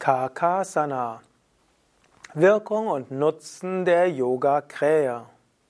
Karkasana. Wirkung und Nutzen der Yoga-Krähe.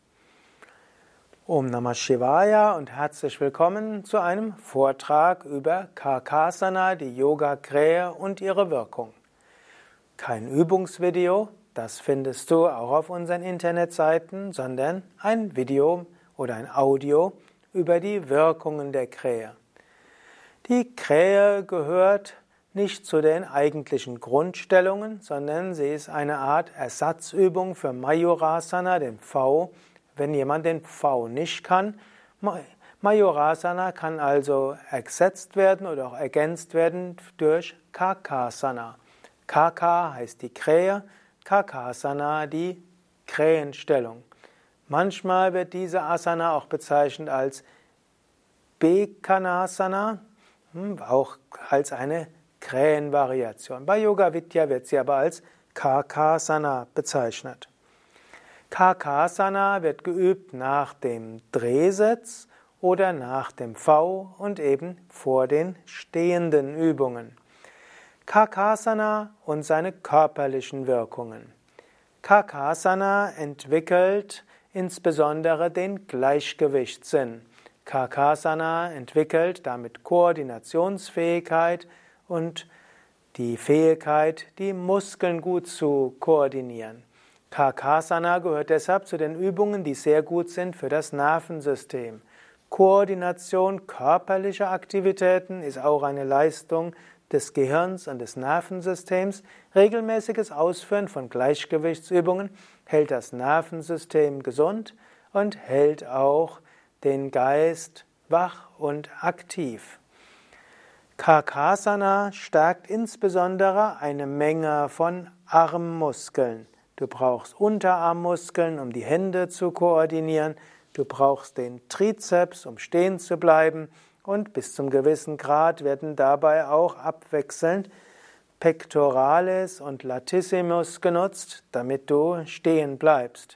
Om Namah Shivaya und herzlich willkommen zu einem Vortrag über Karkasana, die Yoga-Krähe und ihre Wirkung. Kein Übungsvideo, das findest du auch auf unseren Internetseiten, sondern ein Video oder ein Audio über die Wirkungen der Krähe. Die Krähe gehört nicht zu den eigentlichen Grundstellungen, sondern sie ist eine Art Ersatzübung für Mayurasana, den V, wenn jemand den V nicht kann. Mayurasana kann also ersetzt werden oder auch ergänzt werden durch Karkasana. Karka heißt die Krähe, Karkasana die Krähenstellung. Manchmal wird diese Asana auch bezeichnet als Bekkanasana, auch als eine Krähenvariation. Bei Yoga Vidya wird sie aber als Karkasana bezeichnet. Karkasana wird geübt nach dem Drehsitz oder nach dem V und eben vor den stehenden Übungen. Karkasana und seine körperlichen Wirkungen. Karkasana entwickelt insbesondere den Gleichgewichtssinn. Karkasana entwickelt damit Koordinationsfähigkeit und die Fähigkeit, die Muskeln gut zu koordinieren. Karkasana gehört deshalb zu den Übungen, die sehr gut sind für das Nervensystem. Koordination körperlicher Aktivitäten ist auch eine Leistung des Gehirns und des Nervensystems. Regelmäßiges Ausführen von Gleichgewichtsübungen hält das Nervensystem gesund und hält auch den Geist wach und aktiv. Karkasana stärkt insbesondere eine Menge von Armmuskeln. Du brauchst Unterarmmuskeln, um die Hände zu koordinieren. Du brauchst den Trizeps, um stehen zu bleiben. Und bis zum gewissen Grad werden dabei auch abwechselnd Pectoralis und Latissimus genutzt, damit du stehen bleibst.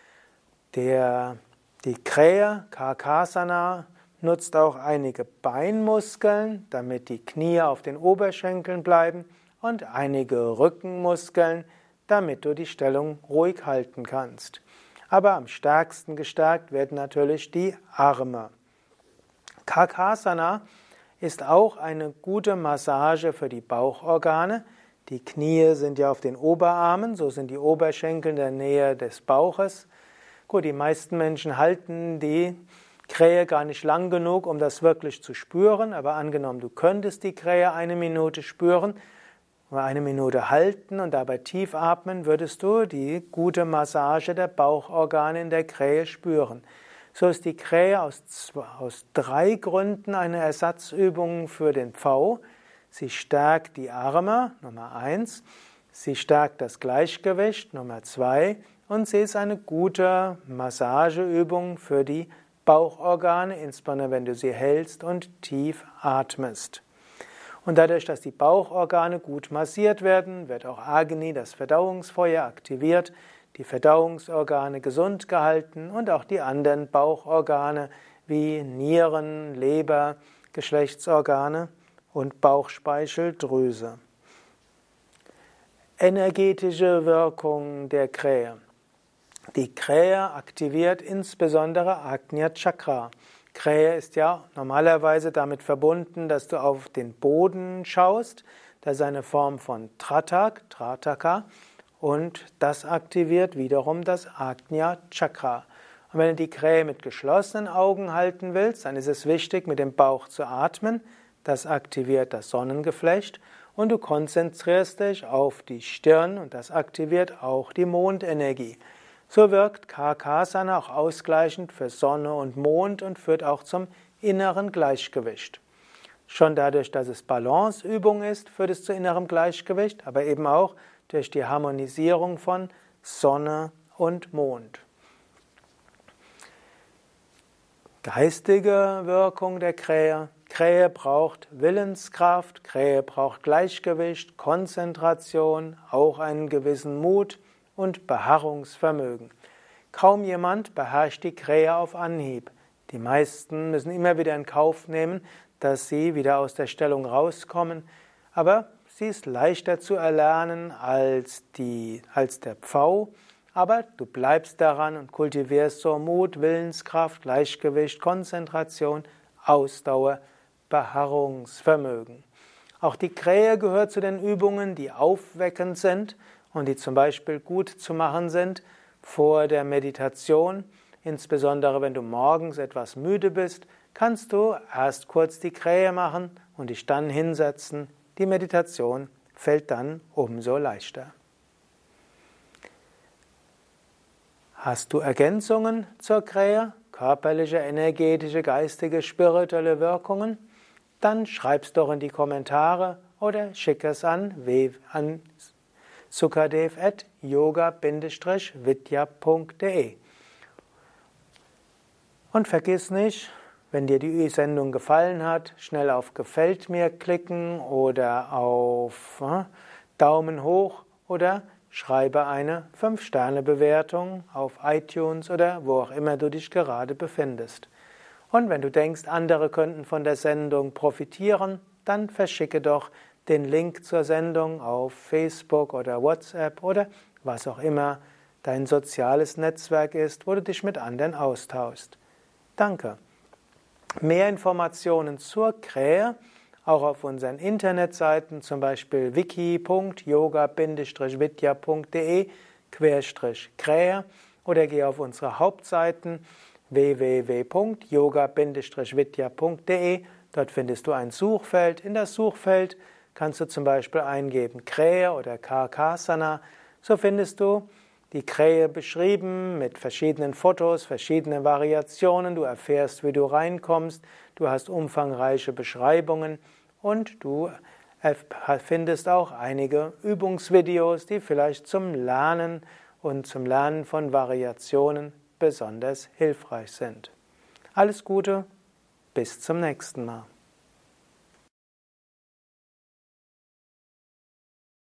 Die Krähe, Karkasana, nutzt auch einige Beinmuskeln, damit die Knie auf den Oberschenkeln bleiben und einige Rückenmuskeln, damit du die Stellung ruhig halten kannst. Aber am stärksten gestärkt werden natürlich die Arme. Karkasana ist auch eine gute Massage für die Bauchorgane. Die Knie sind ja auf den Oberarmen, so sind die Oberschenkel in der Nähe des Bauches. Gut, die meisten Menschen halten die Krähe gar nicht lang genug, um das wirklich zu spüren, aber angenommen, du könntest die Krähe 1 Minute spüren, oder 1 Minute halten und dabei tief atmen, würdest du die gute Massage der Bauchorgane in der Krähe spüren. So ist die Krähe aus 3 Gründen eine Ersatzübung für den V. Sie stärkt die Arme, Nummer 1, sie stärkt das Gleichgewicht, Nummer 2, und sie ist eine gute Massageübung für die Bauchorgane, insbesondere wenn du sie hältst und tief atmest. Und dadurch, dass die Bauchorgane gut massiert werden, wird auch Agni, das Verdauungsfeuer, aktiviert, die Verdauungsorgane gesund gehalten und auch die anderen Bauchorgane wie Nieren, Leber, Geschlechtsorgane und Bauchspeicheldrüse. Energetische Wirkung der Krähe. Die Krähe aktiviert insbesondere Ajna Chakra. Krähe ist ja normalerweise damit verbunden, dass du auf den Boden schaust. Das ist eine Form von Trataka, und das aktiviert wiederum das Ajna Chakra. Und wenn du die Krähe mit geschlossenen Augen halten willst, dann ist es wichtig, mit dem Bauch zu atmen. Das aktiviert das Sonnengeflecht. Und du konzentrierst dich auf die Stirn und das aktiviert auch die Mondenergie. So wirkt Karkasana auch ausgleichend für Sonne und Mond und führt auch zum inneren Gleichgewicht. Schon dadurch, dass es Balanceübung ist, führt es zu innerem Gleichgewicht, aber eben auch durch die Harmonisierung von Sonne und Mond. Geistige Wirkung der Krähe. Krähe braucht Willenskraft, Krähe braucht Gleichgewicht, Konzentration, auch einen gewissen Mut und Beharrungsvermögen. Kaum jemand beherrscht die Krähe auf Anhieb. Die meisten müssen immer wieder in Kauf nehmen, dass sie wieder aus der Stellung rauskommen, aber sie ist leichter zu erlernen als der Pfau, aber du bleibst daran und kultivierst so Mut, Willenskraft, Gleichgewicht, Konzentration, Ausdauer, Beharrungsvermögen. Auch die Krähe gehört zu den Übungen, die aufweckend sind und die zum Beispiel gut zu machen sind vor der Meditation. Insbesondere wenn du morgens etwas müde bist, kannst du erst kurz die Krähe machen und dich dann hinsetzen. Die Meditation fällt dann umso leichter. Hast du Ergänzungen zur Krähe? Körperliche, energetische, geistige, spirituelle Wirkungen? Dann schreib's doch in die Kommentare oder schick es an sukadev@yoga-vidya.de. Und vergiss nicht, wenn dir die Sendung gefallen hat, schnell auf Gefällt mir klicken oder auf Daumen hoch oder schreibe eine 5-Sterne-Bewertung auf iTunes oder wo auch immer du dich gerade befindest. Und wenn du denkst, andere könnten von der Sendung profitieren, dann verschicke doch den Link zur Sendung auf Facebook oder WhatsApp oder was auch immer dein soziales Netzwerk ist, wo du dich mit anderen austauschst. Danke. Mehr Informationen zur Krähe auch auf unseren Internetseiten, zum Beispiel wiki.yoga-vidya.de/Krähe oder geh auf unsere Hauptseiten www.yoga-vidya.de. Dort findest du ein Suchfeld. In das Suchfeld kannst du zum Beispiel eingeben Krähe oder Karkasana. So findest du die Krähe beschrieben mit verschiedenen Fotos, verschiedenen Variationen. Du erfährst, wie du reinkommst. Du hast umfangreiche Beschreibungen und du findest auch einige Übungsvideos, die vielleicht zum Lernen und zum Lernen von Variationen besonders hilfreich sind. Alles Gute, bis zum nächsten Mal.